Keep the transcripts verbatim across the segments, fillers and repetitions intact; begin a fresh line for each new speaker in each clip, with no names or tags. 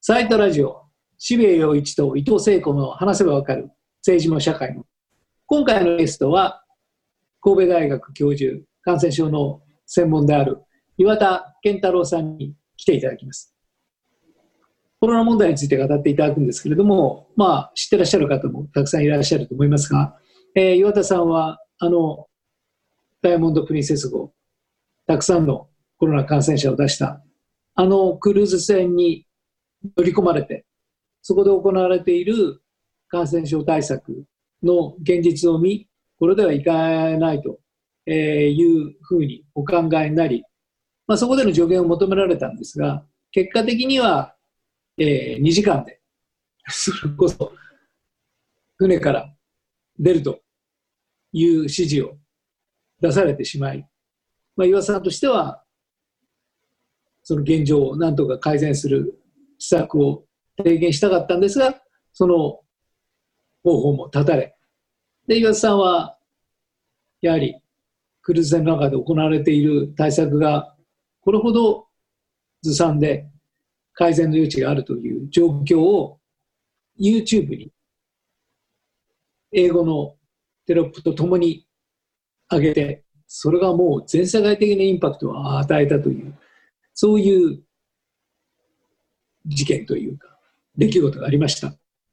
サイトラジオ、渋谷陽一と伊藤聖子の話せばわかる政治も社会も。今回のゲストは、神戸大学教授、感染症の専門である岩田健太郎さんに来ていただきます。コロナ問題について語っていただくんですけれども、まあ、知ってらっしゃる方もたくさんいらっしゃると思いますが、えー、岩田さんは、あの、ダイヤモンド・プリンセス号、たくさんのコロナ感染者を出した、あのクルーズ船に乗り込まれて、そこで行われている感染症対策の現実を見、これではいかないというふうにお考えになり、まあ、そこでの助言を求められたんですが、結果的には、えー、にじかんで、それこそ船から出るという指示を出されてしまい、まあ、岩田さんとしては、その現状を何とか改善する施策を提言したかったんですが、その方法も断たれ、で岩田さんはやはりクルーズ船の中で行われている対策がこれほどずさんで改善の余地があるという状況を YouTube に英語のテロップとともに上げて、それがもう全世界的なインパクトを与えたという、そういう事件というか出来事がありました。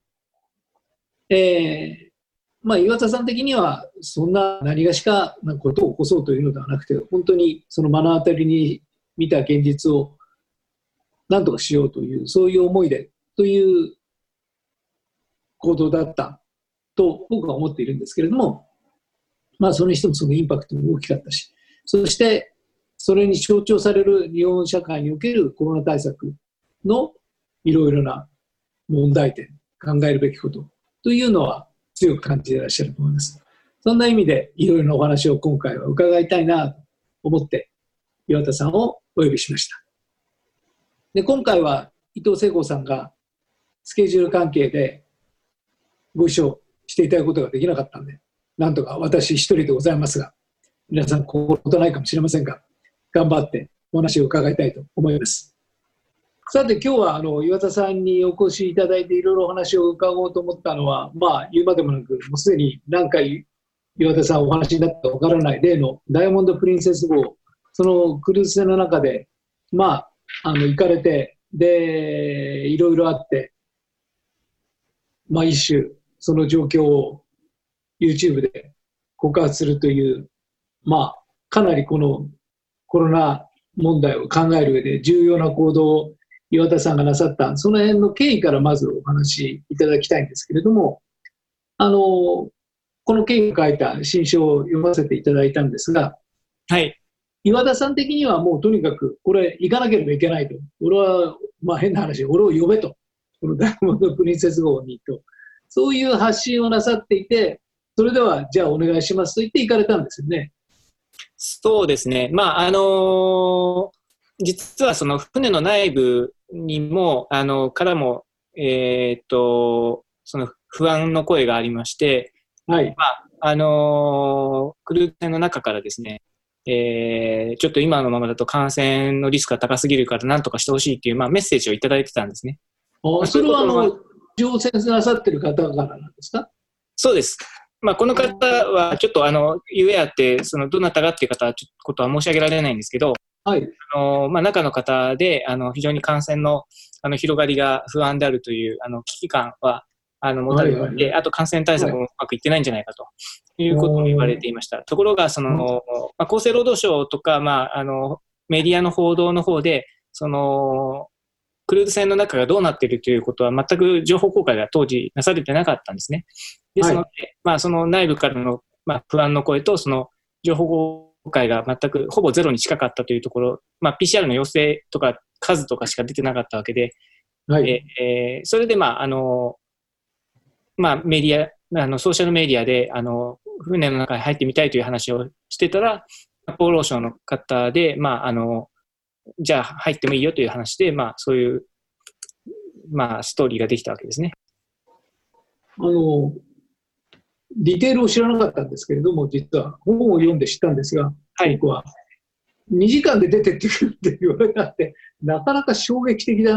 えーまあ、岩田さん的にはそんな何がしかなことを起こそうというのではなくて、本当にその目の当たりに見た現実を何とかしようという、そういう思いでという行動だったと僕は思っているんですけれども、まあ、それにしてもそのインパクトも大きかったし、そしてそれに象徴される日本社会におけるコロナ対策のいろいろな問題点、考えるべきことというのは強く感じていらっしゃると思います。そんな意味でいろいろなお話を今回は伺いたいなと思って岩田さんをお呼びしました。で、今回は伊藤聖子さんがスケジュール関係でご一緒していただくことができなかったので、なんとか私一人でございますが、皆さん心もとないかもしれませんが、頑張ってお話を伺いたいと思います。さて、今日はあの岩田さんにお越しいただいていろいろお話を伺おうと思ったのは、まあ言うまでもなく、もうすでに何回岩田さんお話になったかわからない例のダイヤモンド・プリンセス号、そのクルーズ船の中で、まあ、あの行かれて、で、いろいろあって、まあ一種その状況を YouTube で告発するという、まあかなりこのコロナ問題を考える上で重要な行動を岩田さんがなさった、その辺の経緯からまずお話しいただきたいんですけれども、あのこの経緯を書いた新書を読ませていただいたんですが、
はい、
岩田さん的にはもうとにかくこれ行かなければいけないと、俺は、まあ、変な話、俺を呼べと、このダイヤモンド・プリンセス号にと、そういう発信をなさっていて、それではじゃあお願いしますと言って行かれたんですよね。
そうですね、まああのー、実はその船の内部にもあのからも、えー、っとその不安の声がありまして、
はい、
まああのー、クルーズ船の中からですね、えー、ちょっと今のままだと感染のリスクが高すぎるから何とかしてほしいという、まあ、メッセージをいただいてたんですね。
あ、それはあの乗船なさってる方からなんですか？
そうです。まあ、この方はちょっとあのゆえあってそのどなたがっていう方はちょっとことは申し上げられないんですけど、
はい、
あのまあ、中の方であの非常に感染のあの広がりが不安であるというあの危機感はあの持たれていて、はいはいはい、あと感染対策もうまくいってないんじゃないかということを言われていました。ところがその、まあ、厚生労働省とか、まあ、あのメディアの報道の方でそのクルーズ船の中がどうなっているということは全く情報公開が当時なされてなかったんですね。ですので、はい、まあ、その内部からの、まあ、不安の声とその情報公開が全くほぼゼロに近かったというところ、まあ、ピーシーアール の陽性とか数とかしか出てなかったわけで、はい、えー、それで、まああのまあ、メディアあのソーシャルメディアであの船の中に入ってみたいという話をしてたら厚労省の方で、まあ、あのじゃあ入ってもいいよという話で、まあ、そういう、まあ、ストーリーができたわけですね。
あのディテールを知らなかったんですけれども、実は本を読んで知ったんですが、はい、僕はにじかんで出てってくるって言われたってなかなか衝撃的だな。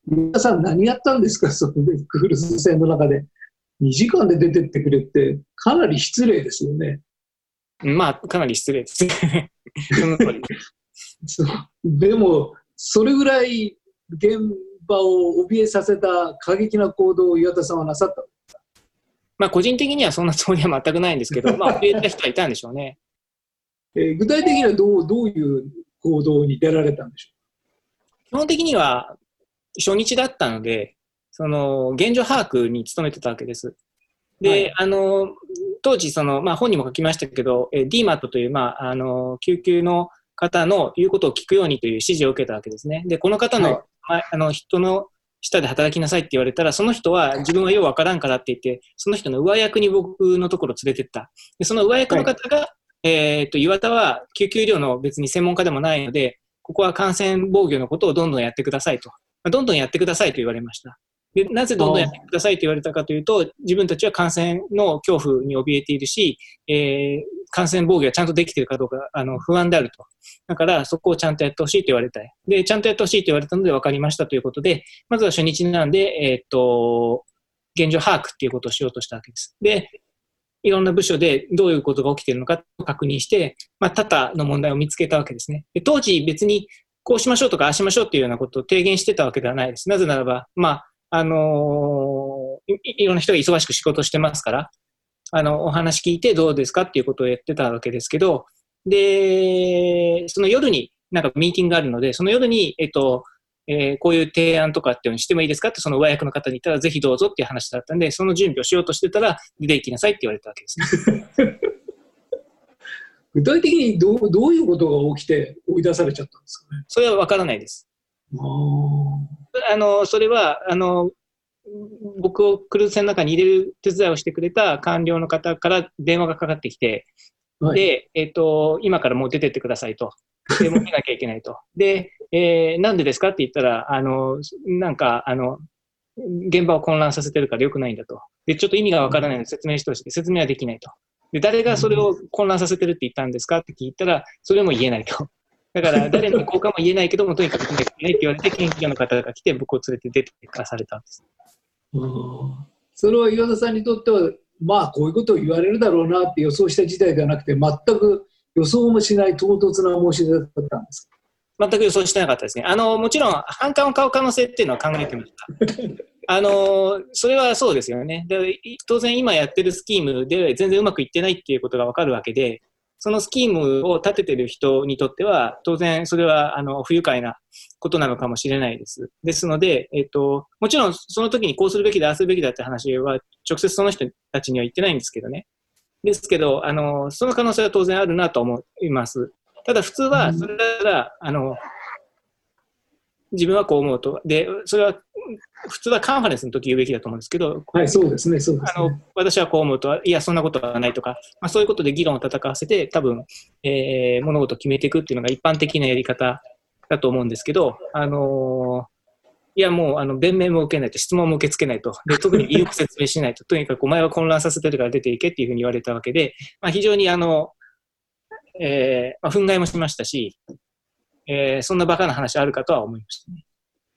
皆さん何やったんですか、そのクルーズ船の中で。にじかんで出てってくれって、かなり失礼ですよね。
まあ、かなり失礼ですね。その通り。
でも、それぐらい現場を怯えさせた過激な行動を岩田さんはなさった。
まあ、個人的にはそんなつもりは全くないんですけど、まあ、怯えた人はいたんでしょうね。
えー、具体的にはどう、どういう行動に出られたんでしょう。
基本的には初日だったので、その現状把握に努めてたわけです。で、はい、あの当時その、まあ、本にも書きましたけど、ディーマット という、まあ、あの救急の方の言うことを聞くようにという指示を受けたわけですね。で、この方の、はい、あの人の下で働きなさいって言われたら、その人は自分はようわからんからって言って、その人の上役に僕のところを連れてった。で、その上役の方が、はい、えっと、岩田は救急医療の別に専門家でもないので、ここは感染防御のことをどんどんやってくださいと。どんどんやってくださいと言われました。で、なぜどんどんやってくださいと言われたかというと、自分たちは感染の恐怖に怯えているし、えー、感染防御がちゃんとできているかどうかあの不安であると。だからそこをちゃんとやってほしいと言われたい。で、ちゃんとやってほしいと言われたので分かりましたということで、まずは初日なんで、えー、っと、現状把握っていうことをしようとしたわけです。で、いろんな部署でどういうことが起きているのかを確認して、まあ、多々の問題を見つけたわけですね。で、当時別にこうしましょうとかああしましょうっていうようなことを提言してたわけではないです。なぜならば、まあ、あのー、い, いろんな人が忙しく仕事してますから、あの、お話聞いてどうですかっていうことをやってたわけですけど、で、その夜になんかミーティングがあるので、その夜に、えっと、えー、こういう提案とかっていうのにしてもいいですかってその上役の方に言ったらぜひどうぞっていう話だったんで、その準備をしようとしてたら出て行きなさいって言われたわけですね。
具体的にどう、どういうことが起きて追い出されちゃったんですかね。
それは分からないです。あの、それは、あの、僕をクルーズ船の中に入れる手伝いをしてくれた官僚の方から電話がかかってきて、はい、で、えっと、今からもう出てってくださいと。で、もう見なきゃいけないと。で、えー、なんでですかって言ったら、あの、なんか、あの、現場を混乱させてるから良くないんだと。で、ちょっと意味がわからないので説明してほしい。説明はできないと。で、誰がそれを混乱させてるって言ったんですかって聞いたら、それも言えないと。だから、誰の効果も言えないけども、とにかく見なきゃいけないって言われて、研究所の方が来て、僕を連れて出て行かされたんです。
それは岩田さんにとっては、まあ、こういうことを言われるだろうなって予想した事態ではなくて、全く予想もしない唐突な申し出だったんですか？
全く予想してなかったですね。あの、もちろん、反感を買う可能性っていうのは考えてました。あの、それはそうですよね。で、当然今やってるスキームで全然うまくいってないっていうことがわかるわけで、そのスキームを立ててる人にとっては、当然それはあの不愉快なことなのかもしれないです。ですので、えっと、もちろんその時にこうするべきだ、ああするべきだって話は直接その人たちには言ってないんですけどね。ですけど、あの、その可能性は当然あるなと思います。ただ普通は、それなら、あの、自分はこう思うと。で、それは普通はカンファレンスの時言うべきだと思うんですけど、
はい、そうですね、そうですね。
あの、私はこう思うと、いや、そんなことはないとか、まあ、そういうことで議論を戦わせて、多分、えー、物事を決めていくっていうのが一般的なやり方だと思うんですけど、あのー、いや、もう、あの、弁明も受けないと、質問も受け付けないと、で、特に理由も説明しないと、とにかくお前は混乱させてるから出ていけっていうふうに言われたわけで、まあ、非常に、あの、えー、まあ、憤慨もしましたし、えー、そんなバカな話あるかとは思いましたね。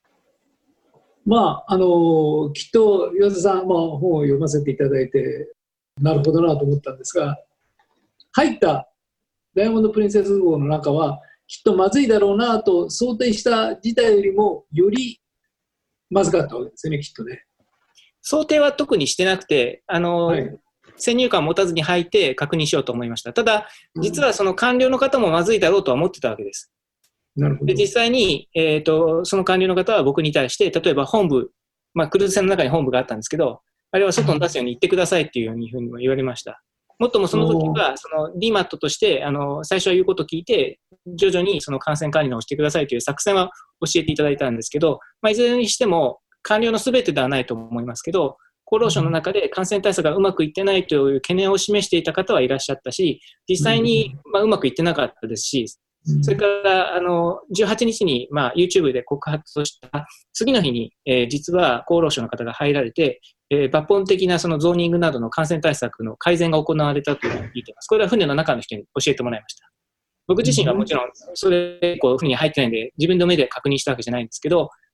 まあ、あの、きっと岩田さん、まあ、本を読ませていただいて、なるほどなと思ったんですが、入ったダイヤモンド・プリンセス号の中は、きっとまずいだろうなと想定した事態よりも、よりまずかったわけですよね、きっとね。
想定は特にしてなくて、あの、はい、先入観を持たずに入って確認しようと思いました。ただ、実はその官僚の方もまずいだろうとは思ってたわけです。
なるほど。
で、実際に、えーと、その官僚の方は僕に対して、例えば本部、まあ、クルーズ船の中に本部があったんですけど、あれは外に出すように言ってくださいっていうように言われました。もっともその時は、その ディーマット として、あの、最初は言うことを聞いて、徐々にその感染管理をしてくださいという作戦は教えていただいたんですけど、まあ、いずれにしても、官僚の全てではないと思いますけど、厚労省の中で感染対策がうまくいってないという懸念を示していた方はいらっしゃったし、実際に、まあ、うまくいってなかったですし、それからあのじゅうはちにちに、まあ、YouTube で告発をした次の日に、えー、実は厚労省の方が入られて、えー、抜本的なそのゾーニングなどの感染対策の改善が行われたというのを聞いています。これは船の中の人に教えてもらいました。僕自身はもちろんそれ以降船に入ってないんで自分の目で確認したわけじゃないんですけど、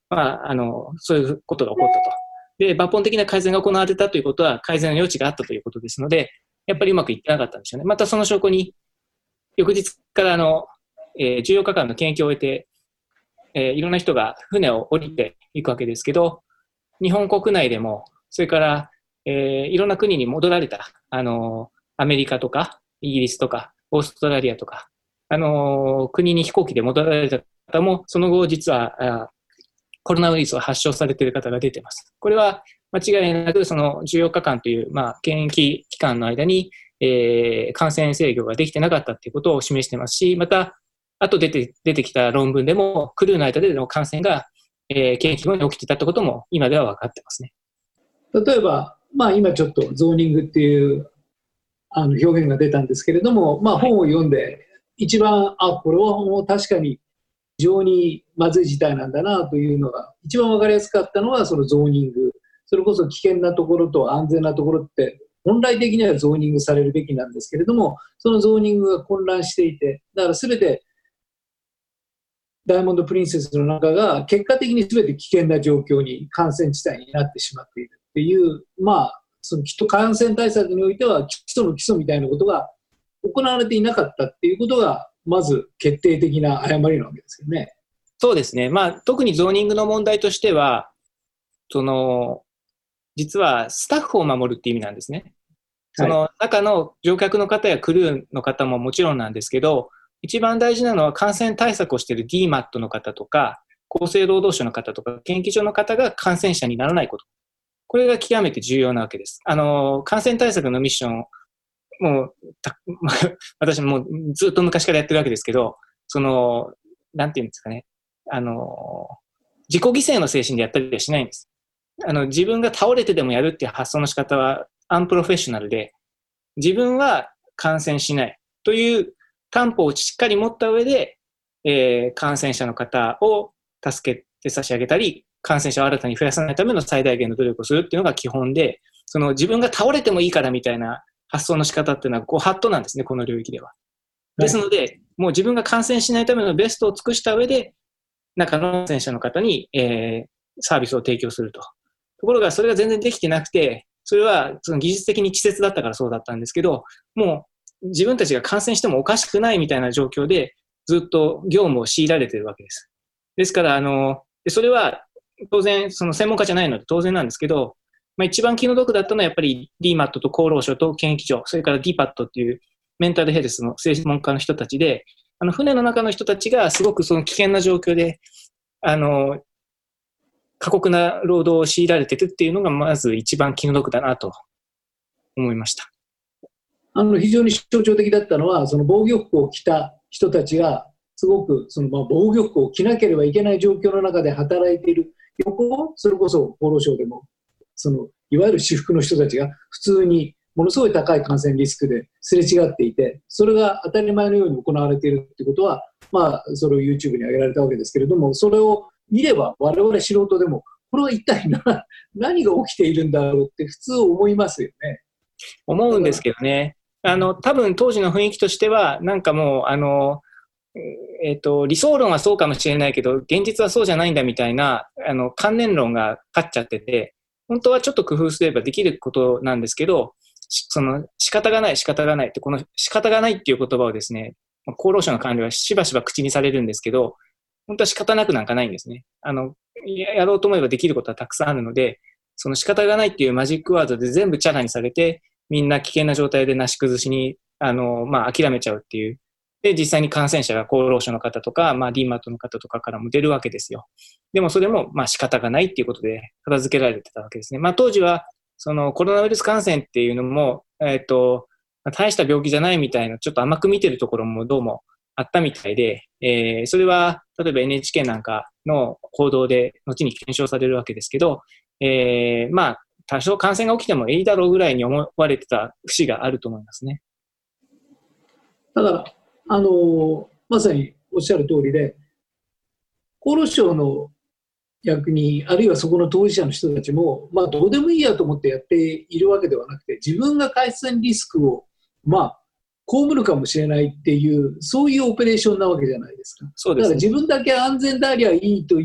まあ、あの、そういうことが起こったと。で、抜本的な改善が行われたということは、改善の余地があったということですので、やっぱりうまくいってなかったんでしょうね。またその証拠に、翌日からあの、えー、じゅうよっかかんの検疫を終えて、えー、いろんな人が船を降りていくわけですけど、日本国内でも、それから、えー、いろんな国に戻られた、あのー、アメリカとか、イギリスとか、オーストラリアとか、あのー、国に飛行機で戻られた方も、その後実は、コロナウイルスを発症されている方が出ています。これは間違いなくそのじゅうよっかかんという、まあ、検疫期間の間に、えー、感染制御ができてなかったということを示していますし、また、後出て、出てきた論文でも、クルーの間での感染が、えー、検疫後に起きていたということも今では分かってますね。
例えば、まあ、今ちょっとゾーニングっていうあの表現が出たんですけれども、まあ、本を読んで、一番、あ、これはもう確かに非常にまずい事態なんだなというのが、一番分かりやすかったのはそのゾーニング。それこそ危険なところと安全なところって、本来的にはゾーニングされるべきなんですけれども、そのゾーニングが混乱していて、だから全てダイヤモンド・プリンセスの中が結果的に全て危険な状況に、感染地帯になってしまっているっていう、まあ、そのきっと感染対策においては基礎の基礎みたいなことが行われていなかったっていうことが、まず決定的な誤りなわけですよね。
そうですね。まあ、特にゾーニングの問題としては、その、実はスタッフを守るっていう意味なんですね。その中の乗客の方やクルーの方ももちろんなんですけど、一番大事なのは感染対策をしている ディーマット の方とか、厚生労働省の方とか、検疫所の方が感染者にならないこと。これが極めて重要なわけです。あの、感染対策のミッション、もう、私もずっと昔からやってるわけですけど、その、なんていうんですかね、あの、自己犠牲の精神でやったりはしないんです。あの、自分が倒れてでもやるっていう発想の仕方はアンプロフェッショナルで、自分は感染しないという担保をしっかり持った上で、えー、感染者の方を助けて差し上げたり、感染者を新たに増やさないための最大限の努力をするっていうのが基本で、その自分が倒れてもいいからみたいな発想の仕方っていうのはご法度なんですね、この領域では。ですので、もう自分が感染しないためのベストを尽くした上で、中の感染者の方に、えー、サービスを提供すると。ところが、それが全然できてなくて、それはその技術的に稚拙だったからそうだったんですけど、もう自分たちが感染してもおかしくないみたいな状況で、ずっと業務を強いられているわけです。ですから、あの、それは当然、その専門家じゃないので当然なんですけど、まあ、一番気の毒だったのはやっぱり ディーマット と厚労省と検疫所、それから ディーパット っていうメンタルヘルスの専門家の人たちで、あの船の中の人たちがすごくその危険な状況で、あの、過酷な労働を強いられているっていうのがまず一番気の毒だなと思いました。
あの非常に象徴的だったのは、その防御服を着た人たちがすごくそのまあ防御服を着なければいけない状況の中で働いている横、それこそ厚労省でもそのいわゆる私服の人たちが普通にものすごい高い感染リスクですれ違っていて、それが当たり前のように行われているということは、まあ、それを YouTube に上げられたわけですけれども、それを見れば我々素人でもこれは一体 何, 何が起きているんだろうって普通思いますよね。
思うんですけどね。あの多分当時の雰囲気としてはなんかもうあの、えーと、理想論はそうかもしれないけど現実はそうじゃないんだみたいなあの観念論が勝っちゃってて、本当はちょっと工夫すればできることなんですけど、その仕方がない仕方がないってこの仕方がないっていう言葉をですね、厚労省の官僚はしばしば口にされるんですけど、本当は仕方なくなんかないんですね。あのやろうと思えばできることはたくさんあるので、その仕方がないっていうマジックワードで全部チャラにされて、みんな危険な状態でなし崩しにあの、まあ、諦めちゃうっていう。で、実際に感染者が厚労省の方とか、まあ、ディーマット の方とかからも出るわけですよ。でもそれもまあ仕方がないっていうことで片付けられてたわけですね。まあ、当時はそのコロナウイルス感染っていうのも、えっと、大した病気じゃないみたいな、ちょっと甘く見てるところもどうもあったみたいで、えー、それは例えば エヌエイチケー なんかの報道で後に検証されるわけですけど、えー、まあ多少感染が起きてもいいだろうぐらいに思われてた節があると思いますね。
だからあのまさにおっしゃる通りで、厚労省の役にあるいはそこの当事者の人たちも、まあ、どうでもいいやと思ってやっているわけではなくて、自分が感染リスクをまあ被るかもしれないっていう、そういうオペレーションなわけじゃないですか。
そうですね。
だから自分だけ安全でありゃいいという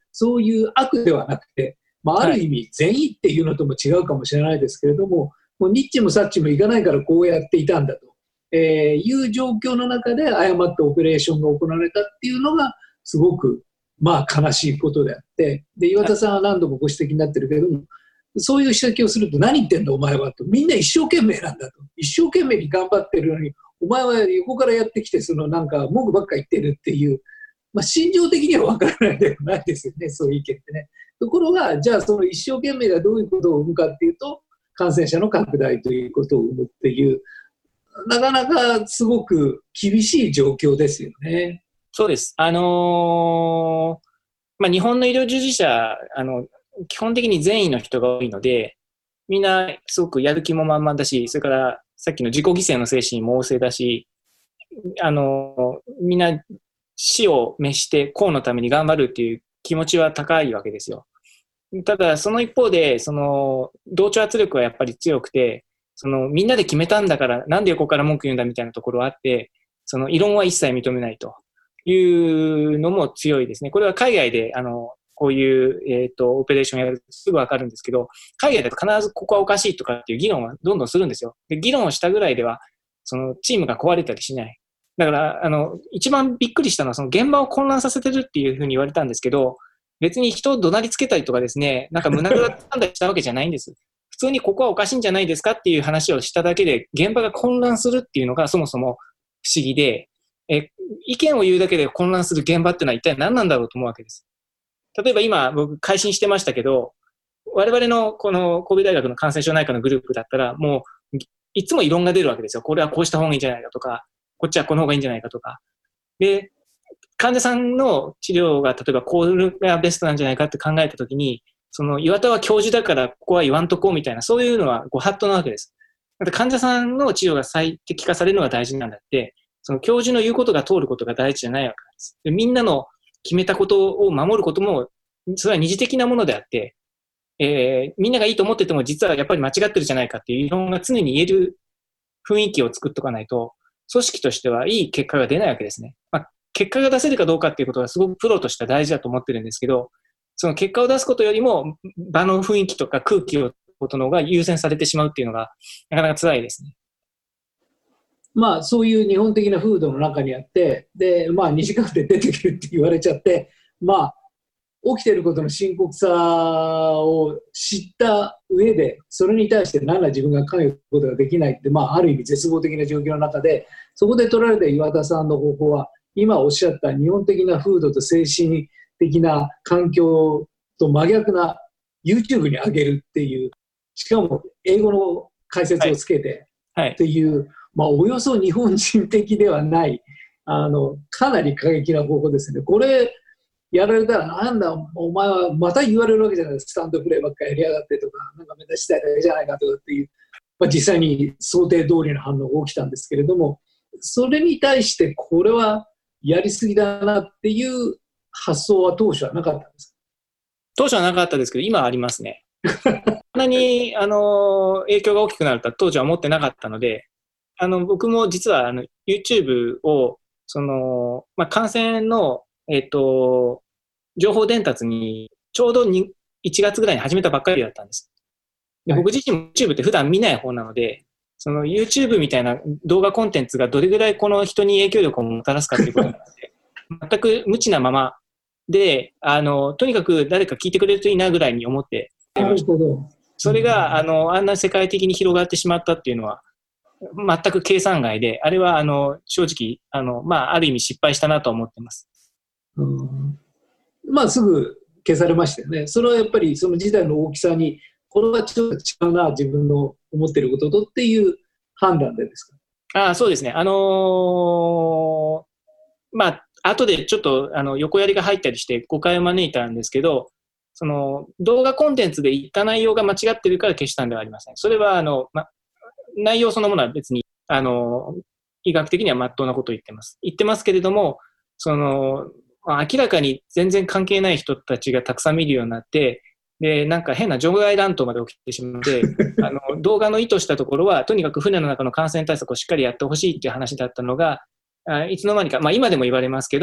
そういう悪ではなくて、まあ、ある意味善意っていうのとも違うかもしれないですけれども、もうニッチもサッチもいかないからこうやっていたんだと、えー、いう状況の中で誤ったオペレーションが行われたっていうのがすごくまあ悲しいことであって、で岩田さんは何度もご指摘になってるけれども、そういう指摘をすると何言ってんだお前はと、みんな一生懸命なんだと、一生懸命に頑張ってるのにお前は横からやってきてそのなんか文句ばっか言ってるっていう、まあ、心情的には分からないではないですよね、そういう意見ってね。ところがじゃあその一生懸命がどういうことを生むかっていうと、感染者の拡大ということを生むっていう、なかなかすごく厳しい状況ですよね。
そうです。あのーまあ、日本の医療従事者、あの、基本的に善意の人が多いので、みんなすごくやる気も満々だし、それからさっきの自己犠牲の精神も旺盛だし、あの、みんな死を召して公のために頑張るっていう気持ちは高いわけですよ。ただ、その一方で、その、同調圧力はやっぱり強くて、その、みんなで決めたんだから、なんで横から文句言うんだみたいなところはあって、その、異論は一切認めないというのも強いですね。これは海外で、あの、こういう、えっと、オペレーションやるとすぐわかるんですけど、海外だと必ずここはおかしいとかっていう議論はどんどんするんですよ。で、議論をしたぐらいでは、その、チームが壊れたりしない。だから、あの、一番びっくりしたのは、その現場を混乱させてるっていうふうに言われたんですけど、別に人を怒鳴りつけたりとかですね、なんか胸ぐらつかんだりしたわけじゃないんです。普通にここはおかしいんじゃないですかっていう話をしただけで、現場が混乱するっていうのがそもそも不思議で、え、意見を言うだけで混乱する現場っていうのは一体何なんだろうと思うわけです。例えば今、僕、改心してましたけど、我々のこの神戸大学の感染症内科のグループだったら、もう、いつも異論が出るわけですよ。これはこうした方がいいんじゃないかとか、こっちはこの方がいいんじゃないかとか。で、患者さんの治療が例えばこれがベストなんじゃないかって考えたときに、その岩田は教授だからここは言わんとこうみたいな、そういうのはご法度なわけです。だって患者さんの治療が最適化されるのが大事なんだって、その教授の言うことが通ることが大事じゃないわけです。で、みんなの決めたことを守ることも、それは二次的なものであって、えー、みんながいいと思ってても実はやっぱり間違ってるじゃないかっていう異論が常に言える雰囲気を作っておかないと、組織としてはいい結果が出ないわけですね。まあ、結果が出せるかどうかっていうことはすごくプロとしては大事だと思ってるんですけど、その結果を出すことよりも場の雰囲気とか空気をことの方が優先されてしまうっていうのがなかなか辛いですね。
まあそういう日本的な風土の中にあって、で、まあにじかんで出てくるって言われちゃって、まあ起きていることの深刻さを知った上で、それに対して何ら自分が関与することができないって、まあある意味絶望的な状況の中で、そこで取られた岩田さんの方法は、今おっしゃった日本的な風土と精神的な環境と真逆な YouTube に上げるっていう、しかも英語の解説をつけてっていう、はいはい、まあ、およそ日本人的ではない、あのかなり過激な方法ですね。これやられたら、なんだお前はまた言われるわけじゃないですか。スタンドプレーばっかりやりやがってとか、なんか目立ちたいだけじゃないかとかっていう、まあ、実際に想定通りの反応が起きたんですけれども、それに対してこれはやりすぎだなっていう発想は当初はなかったんですか？
当初はなかったですけど、今はありますね。こんなにあの影響が大きくなるとは当時は思ってなかったので、あの僕も実はあの YouTube をその、まあ、感染の、えーと、情報伝達にちょうどにいちがつぐらいに始めたばっかりだったんです。で、僕自身も YouTube って普段見ない方なので、その YouTube みたいな動画コンテンツがどれぐらいこの人に影響力をもたらすかっていうことなので、全く無知なままで、あの、とにかく誰か聞いてくれるといいなぐらいに思っていました。それが、あの、あんな世界的に広がってしまったっていうのは、全く計算外で、あれは、あの、正直、あの、まあ、ある意味失敗したなと思ってます。
うん、まあ、すぐ消されましたよね。それはやっぱり、その事態の大きさに、これはちょっと違うな、自分の思っていることとっていう判断でですか？
ああ、そうですね。あのー、まあ、後でちょっとあの横やりが入ったりして誤解を招いたんですけど、その動画コンテンツで言った内容が間違ってるから消したんではありません。それはあの、ま、内容そのものは別にあの医学的には真っ当なことを言ってます。言ってますけれども、その明らかに全然関係ない人たちがたくさん見るようになって、で、なんか変な除外乱闘まで起きてしまって、あの動画の意図したところは、とにかく船の中の感染対策をしっかりやってほしいっていう話だったのが、あいつの間にか、まあ今でも言われますけど、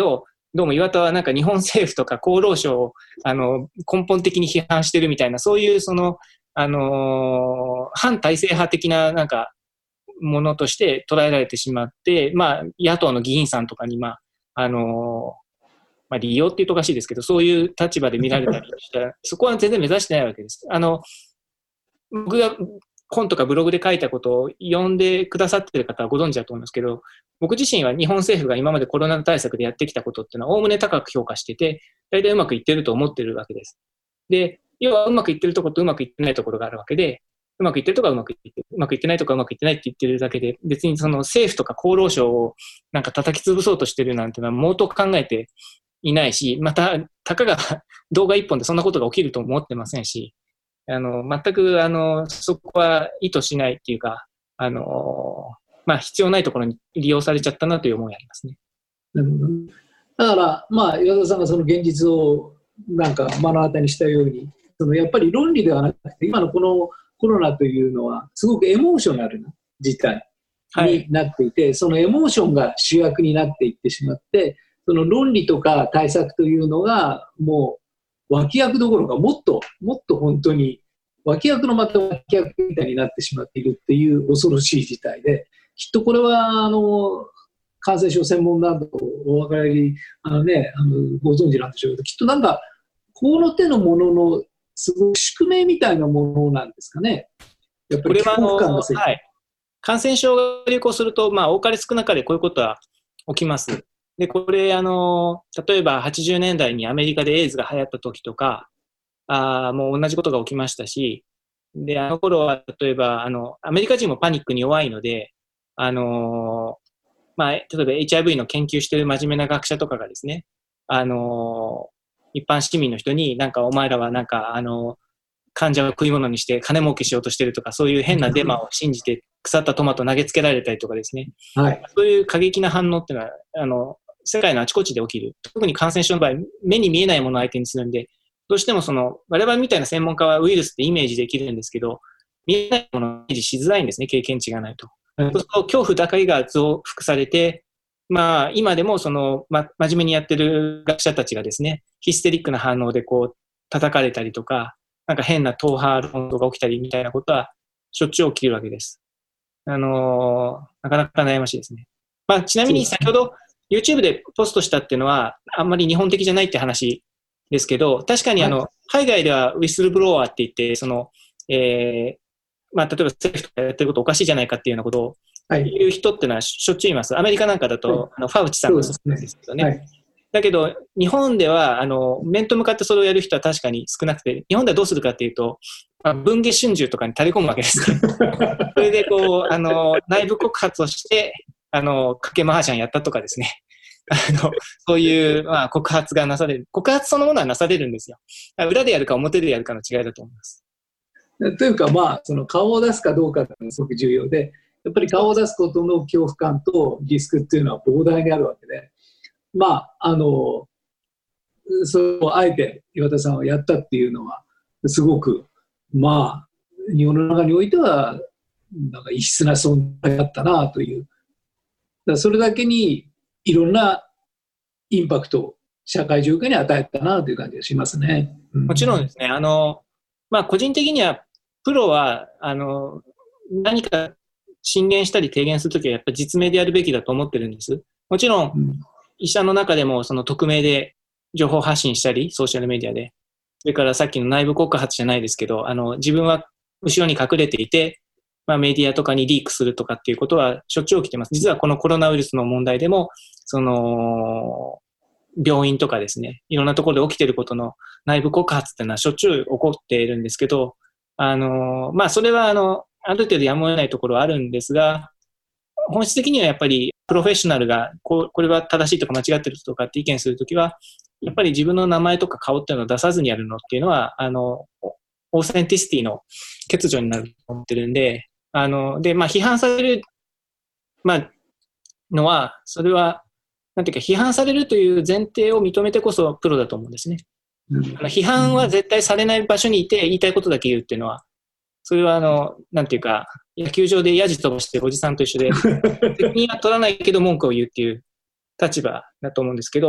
どうも岩田はなんか日本政府とか厚労省をあの根本的に批判してるみたいな、そういうその、あのー、反体制派的ななんかものとして捉えられてしまって、まあ、野党の議員さんとかに、まあ、あのー、まあ、利用って言うとおかしいですけど、そういう立場で見られたりしたら、そこは全然目指してないわけです。あの、僕が本とかブログで書いたことを読んでくださっている方はご存知だと思うんですけど、僕自身は日本政府が今までコロナ対策でやってきたことっていうのはおおむね高く評価してて、大体うまくいってると思ってるわけです。で、要はうまくいってるところとうまくいってないところがあるわけで、うまくいってるところはうまくいってる、うまくいってないところはうまくいってないって言ってるだけで、別にその政府とか厚労省をなんか叩き潰そうとしてるなんてのは毛頭考えていないし、また、たかが動画一本でそんなことが起きると思ってませんし、あの、全く、あの、そこは意図しないっていうか、あの、まあ、必要ないところに利用されちゃったなという思いがありますね。
なるほど。だから、まあ、岩田さんがその現実をなんか目の当たりにしたように、そのやっぱり論理ではなくて、今のこのコロナというのは、すごくエモーショナルな事態になっていて、はい、そのエモーションが主役になっていってしまって、その論理とか対策というのが、もう脇役どころか、もっと、もっと本当に、脇役のまた脇役みたいになってしまっているっていう恐ろしい事態で、きっとこれは、あの、感染症専門だとお分かり、あのね、あのご存知なんでしょうけど、きっとなんか、この手のものの、すごい宿命みたいなものなんですかね。やっぱり恐怖感がする。
はい。感染症が流行すると、まあ、多かれ少なかれこういうことは起きます。で、これ、あの、例えばはちじゅうねんだいにアメリカでエイズが流行った時とか、あもう同じことが起きましたし、で、あの頃は、例えば、あの、アメリカ人もパニックに弱いので、あの、まあ、例えば エイチアイブイ の研究している真面目な学者とかがですね、あの、一般市民の人になんかお前らはなんか、あの、患者を食い物にして金儲けしようとしてるとか、そういう変なデマを信じて腐ったトマト投げつけられたりとかですね、はい、そういう過激な反応っていうのは、あの、世界のあちこちで起きる。特に感染症の場合、目に見えないものを相手にするんで、どうしてもその、我々みたいな専門家はウイルスってイメージできるんですけど、見えないものをイメージしづらいんですね、経験値がないと。そうすると恐怖だけが増幅されて、まあ、今でもその、ま、真面目にやってる学者たちがですね、ヒステリックな反応でこう、叩かれたりとか、なんか変な党派論争が起きたりみたいなことは、しょっちゅう起きるわけです。あのー、なかなか悩ましいですね。まあ、ちなみに先ほど YouTube でポストしたっていうのは、あんまり日本的じゃないって話ですけど、確かにあの、はい、海外ではウィスルブロワーって言って、その、えー、まあ、例えば政府とかやってることおかしいじゃないかっていうようなことを言う人っていうのはしょっちゅういます。アメリカなんかだと、はい、あのファウチさんがそうなんですけどね。はい、だけど、日本では、あの、面と向かってそれをやる人は確かに少なくて、日本ではどうするかっていうと、まあ、文藝春秋とかに垂れ込むわけです。それで、こう、あの、内部告発をして、あの、かけ麻雀やったとかですね。あの、そういう、まあ、告発がなされる。告発そのものはなされるんですよ。裏でやるか表でやるかの違いだと思います。
というか、まあ、その顔を出すかどうかっていうのがすごく重要で、やっぱり顔を出すことの恐怖感とリスクっていうのは膨大にあるわけで、まあ、あの、それをあえて岩田さんはやったっていうのは、すごく、まあ、日本の中においては、なんか異質な存在だったなという。だからそれだけにいろんなインパクトを社会状況に与えたなという感じがしますね。
うん、もちろんですね。あの、まあ、個人的には、プロは、あの、何か進言したり提言するときは、やっぱり実名でやるべきだと思ってるんです。もちろん、うん医者の中でもその匿名で情報発信したり、ソーシャルメディアで。それからさっきの内部告発じゃないですけど、あの、自分は後ろに隠れていて、まあメディアとかにリークするとかっていうことはしょっちゅう起きてます。実はこのコロナウイルスの問題でも、その、病院とかですね、いろんなところで起きていることの内部告発っていうのはしょっちゅう起こっているんですけど、あの、まあそれはあの、ある程度やむを得ないところはあるんですが、本質的にはやっぱりプロフェッショナルがこれは正しいとか間違ってるとかって意見するときは、やっぱり自分の名前とか顔っていうのを出さずにやるのっていうのは、あの、オーセンティシティの欠如になると思ってるんで、あの、で、まあ批判される、まあ、のは、それは、なんていうか批判されるという前提を認めてこそプロだと思うんですね。うん、批判は絶対されない場所にいて言いたいことだけ言うっていうのは、それはあの、なんていうか、野球場でヤジ飛ばしてるおじさんと一緒で、責任は取らないけど文句を言うっていう立場だと思うんですけど、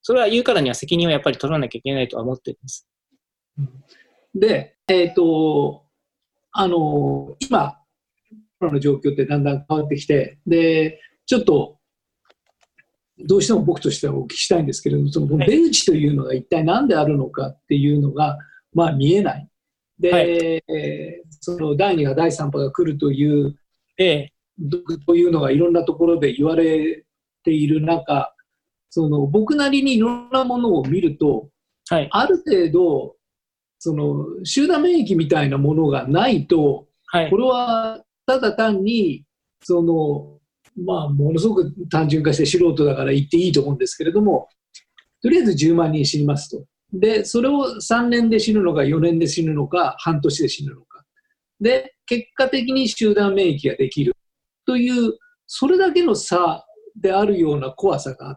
それは言うからには責任をやっぱり取らなきゃいけないとは思っています。
で、えっと、あの、今、コロナの状況ってだんだん変わってきて、で、ちょっと、どうしても僕としてはお聞きしたいんですけれども、その出口というのが一体何であるのかっていうのが、まあ見えない。で、はい、そのだいに波、だいさん波が来るという、ええ、というのがいろんなところで言われている中、その僕なりにいろんなものを見ると、はい、ある程度、その集団免疫みたいなものがないと、はい、これはただ単に、その、まあ、ものすごく単純化して素人だから言っていいと思うんですけれども、とりあえずじゅうまんにん死にますと。で、それをさんねんで死ぬのかよねんで死ぬのか半年で死ぬのか。で、結果的に集団免疫ができるという、それだけの差であるような怖さがあって、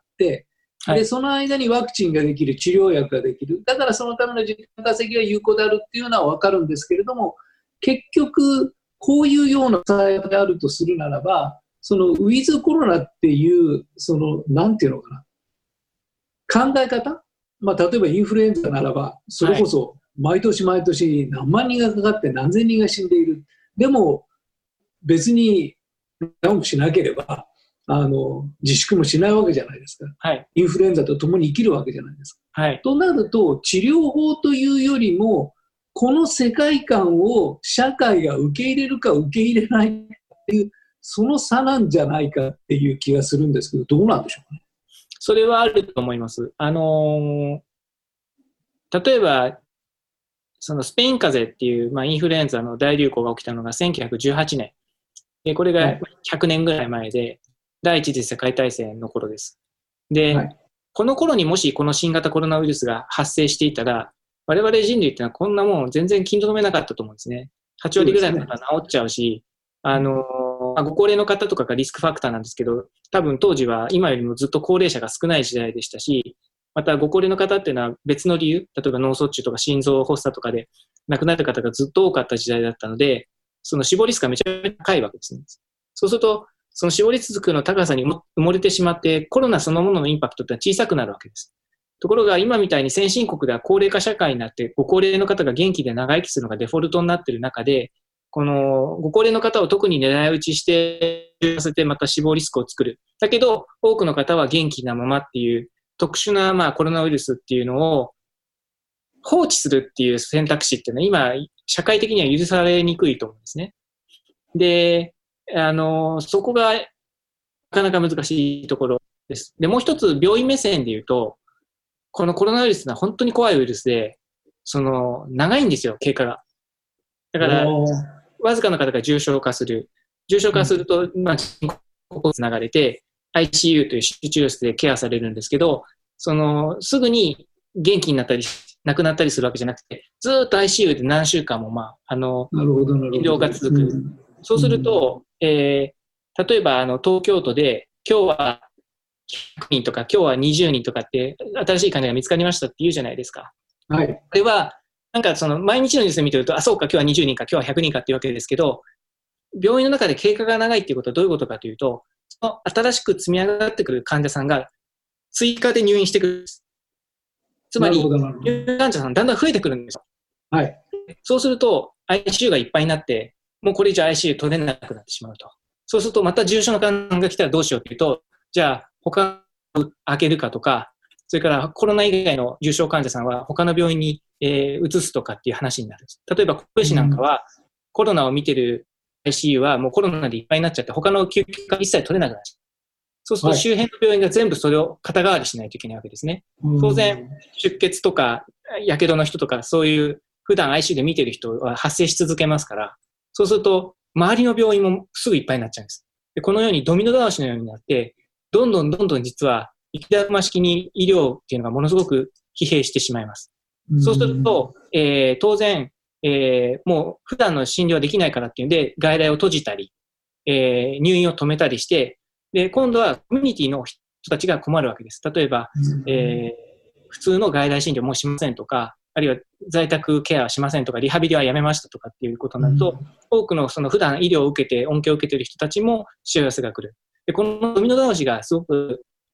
で、その間にワクチンができる、治療薬ができる。だからそのための時間稼ぎが有効であるっていうのはわかるんですけれども、結局、こういうような差であるとするならば、そのウィズコロナっていう、その、なんていうのかな、考え方、まあ、例えばインフルエンザならば、それこそ毎年毎年何万人がかかって何千人が死んでいる。でも、別に何もしなければ、あの、自粛もしないわけじゃないですか。はい、インフルエンザと共に生きるわけじゃないですか。はい、となると、治療法というよりも、この世界観を社会が受け入れるか受け入れないかっていう、その差なんじゃないかっていう気がするんですけど、どうなんでしょうかね。
それはあると思います。あのー、例えば、そのスペイン風邪っていう、まあ、インフルエンザの大流行が起きたのがせんきゅうひゃくじゅうはちねん。で、これがひゃくねんぐらい前で、第一次世界大戦の頃です。で、はい、この頃にもしこの新型コロナウイルスが発生していたら、我々人類ってのはこんなもん全然気に留めなかったと思うんですね。はちわりぐらいの方は治っちゃうし、あのー、ご高齢の方とかがリスクファクターなんですけど、多分当時は今よりもずっと高齢者が少ない時代でしたし、またご高齢の方っていうのは別の理由、例えば脳卒中とか心臓発作とかで亡くなる方がずっと多かった時代だったので、その死亡リスクがめちゃめちゃ高いわけですね。そうすると、その死亡リスクの高さに埋もれてしまって、コロナそのもののインパクトってのは小さくなるわけです。ところが今みたいに先進国では高齢化社会になって、ご高齢の方が元気で長生きするのがデフォルトになっている中で、このご高齢の方を特に狙い撃ちしてさせてまた死亡リスクを作る。だけど多くの方は元気なままっていう特殊なまあコロナウイルスっていうのを放置するっていう選択肢っていうのは今社会的には許されにくいと思うんですね。で、あの、そこがなかなか難しいところです。で、もう一つ病院目線で言うと、このコロナウイルスは本当に怖いウイルスで、その長いんですよ、経過が。だから、わずかな方が重症化する。重症化すると、まあ、ここつながれて、アイシーユー という集中室でケアされるんですけど、その、すぐに元気になったり、亡くなったりするわけじゃなくて、ずっと アイシーユー で何週間も、まあ、あの、医療が続く。うん、そうすると、えー、例えば、あの、東京都で、今日はひゃくにんとか、今日はにじゅうにんとかって、新しい患者が見つかりましたって言うじゃないですか。はい。これは、なんかその毎日のニュース見てると、あ、そうか、今日はにじゅうにんか、今日はひゃくにんかっていうわけですけど、病院の中で経過が長いっていうことはどういうことかというと、その新しく積み上がってくる患者さんが追加で入院してくる。つまり、入院患者さんだんだん増えてくるんですよ。はい。そうすると、アイシーユー がいっぱいになって、もうこれ以上 アイシーユー 取れなくなってしまうと。そうすると、また重症の患者さんが来たらどうしようというと、じゃあ、他を開けるかとか、それからコロナ以外の重症患者さんは他の病院に、えー、移すとかっていう話になるんです。例えば、神戸市なんかは、うん、コロナを見てる アイシーユー はもうコロナでいっぱいになっちゃって、他の救急が一切取れなくなっちゃう。そうすると周辺の病院が全部それを肩代わりしないといけないわけですね。はい、当然、出血とか、やけどの人とか、そういう普段 アイシーユー で見てる人は発生し続けますから、そうすると、周りの病院もすぐいっぱいになっちゃうんです。で、このようにドミノ倒しのようになって、どんどんどんどん実は、行き玉式に医療っていうのがものすごく疲弊してしまいます。そうすると、えー、当然、えー、もう普段の診療はできないからっていうんで、外来を閉じたり、えー、入院を止めたりして、で、今度はコミュニティの人たちが困るわけです。例えば、えー、普通の外来診療もうしませんとか、あるいは在宅ケアはしませんとか、リハビリはやめましたとかっていうことになると、多くのその普段医療を受けて、恩恵を受けている人たちもしわ寄せが来る。で、このドミノ倒しがすごく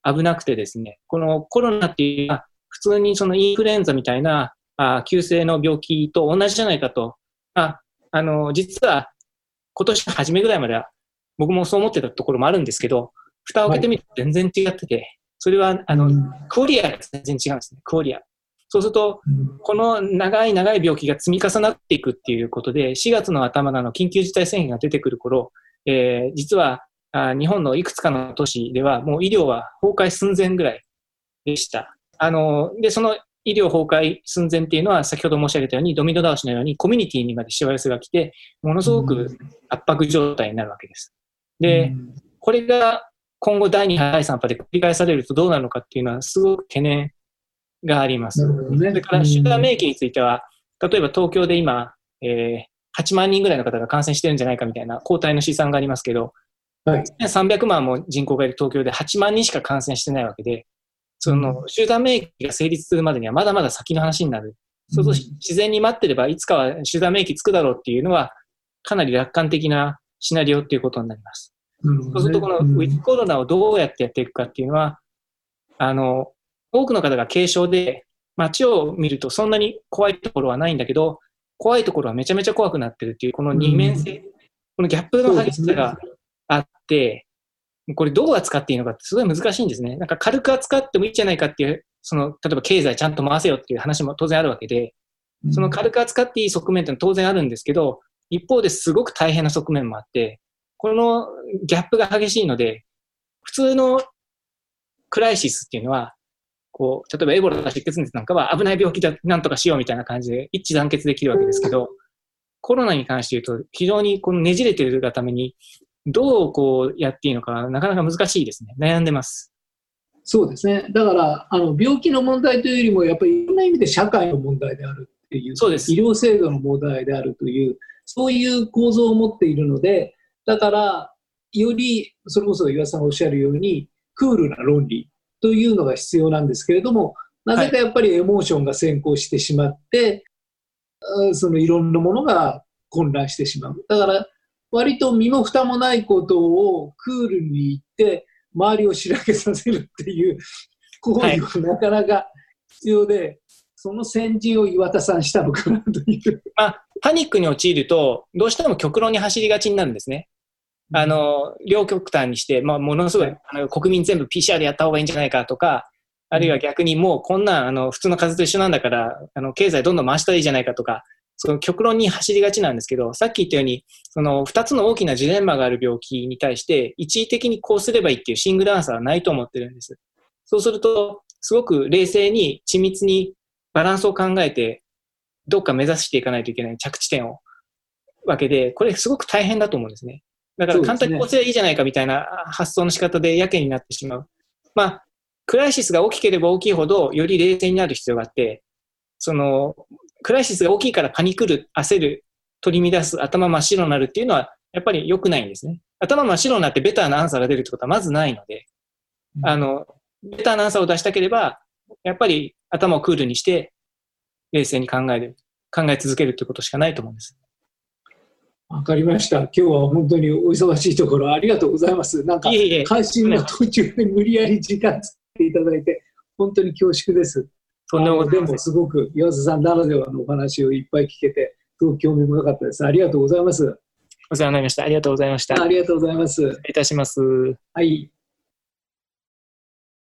危なくてですね、このコロナっていうのは普通にそのインフルエンザみたいなあ急性の病気と同じじゃないかと、あ、あの、実は今年の初めぐらいまでは僕もそう思ってたところもあるんですけど、蓋を開けてみると全然違ってて、はい、それはあの、うん、クオリアが全然違うんですね、クオリア。そうすると、うん、この長い長い病気が積み重なっていくっていうことで、しがつの頭の緊急事態宣言が出てくる頃、えー、実はあ日本のいくつかの都市ではもう医療は崩壊寸前ぐらいでした。あの、で、その医療崩壊寸前っていうのは先ほど申し上げたようにドミノ倒しのようにコミュニティにまでしわ寄せが来て、ものすごく圧迫状態になるわけです。で、うん、これが今後だいに波だいさん波で繰り返されるとどうなるのかっていうのはすごく懸念があります。ね、それから集団免疫については、例えば東京で今、えー、はちまんにんぐらいの方が感染してるんじゃないかみたいな抗体の試算がありますけど、はい、さんびゃくまんも人口がいる東京ではちまんにんしか感染してないわけで、その集団免疫が成立するまでにはまだまだ先の話になる。そうすると自然に待ってればいつかは集団免疫つくだろうっていうのはかなり楽観的なシナリオっていうことになります。うん、そうするとこのウィズコロナをどうやってやっていくかっていうのは、あの、多くの方が軽症で街を見るとそんなに怖いところはないんだけど、怖いところはめちゃめちゃ怖くなってるっていうこの二面性、うん、このギャップの激しさがあって、これどう扱っていいのかってすごい難しいんですね。なんか軽く扱ってもいいんじゃないかっていう、その、例えば経済ちゃんと回せよっていう話も当然あるわけで、その軽く扱っていい側面ってのは当然あるんですけど、一方ですごく大変な側面もあって、このギャップが激しいので、普通のクライシスっていうのは、こう、例えばエボラ出血熱なんかは危ない病気だ、なんとかしようみたいな感じで一致団結できるわけですけど、コロナに関して言うと非常にこのねじれてるがために、どうこうやっていいのかなかなか難しいですね。悩んでます。
そうですね。だからあの病気の問題というよりもやっぱりいろんな意味で社会の問題であるっていう、
そうです。
医療制度の問題であるというそういう構造を持っているので、だからよりそれこそ岩田さんがおっしゃるようにクールな論理というのが必要なんですけれども、なぜかやっぱりエモーションが先行してしまって、はい、そのいろんなものが混乱してしまう。だから割と身も蓋もないことをクールに言って周りをしらけさせるっていう行為がなかなか必要で、はい、その先陣を岩田さんしたのかなという、
まあ、パニックに陥るとどうしても極論に走りがちになるんですね。あの両極端にして、まあ、ものすごい、はい、あの国民全部 ピーシーアール やった方がいいんじゃないかとか、あるいは逆にもうこんなんあの普通の風邪と一緒なんだからあの経済どんどん回したらいいじゃないかとか、その極論に走りがちなんですけど、さっき言ったようにそのふたつの大きなジレンマがある病気に対して一時的にこうすればいいっていうシングルアンサーはないと思ってるんです。そうするとすごく冷静に緻密にバランスを考えてどっか目指していかないといけない着地点をわけで、これすごく大変だと思うんですね。だから簡単にこうすればいいじゃないかみたいな発想の仕方でやけになってしまう。まあクライシスが大きければ大きいほどより冷静になる必要があって、そのクライシスが大きいからパニクる、焦る、取り乱す、頭真っ白になるっていうのはやっぱり良くないんですね。頭真っ白になってベターなアンサーが出るってことはまずないので、うん、あのベターなアンサーを出したければやっぱり頭をクールにして冷静に考える、考え続けるということしかないと思うんです。
わかりました。今日は本当にお忙しいところありがとうございます。なんか配信の途中で無理やり時間作っていただいて本当に恐縮です。
そんなこと
でもすごく岩田さんならではのお話をいっぱい聞けてすごく興味深かったです。ありがとうございます。
お世話になりました。ありがとうございました。
ありがとうございます。
失礼いたします。
はい。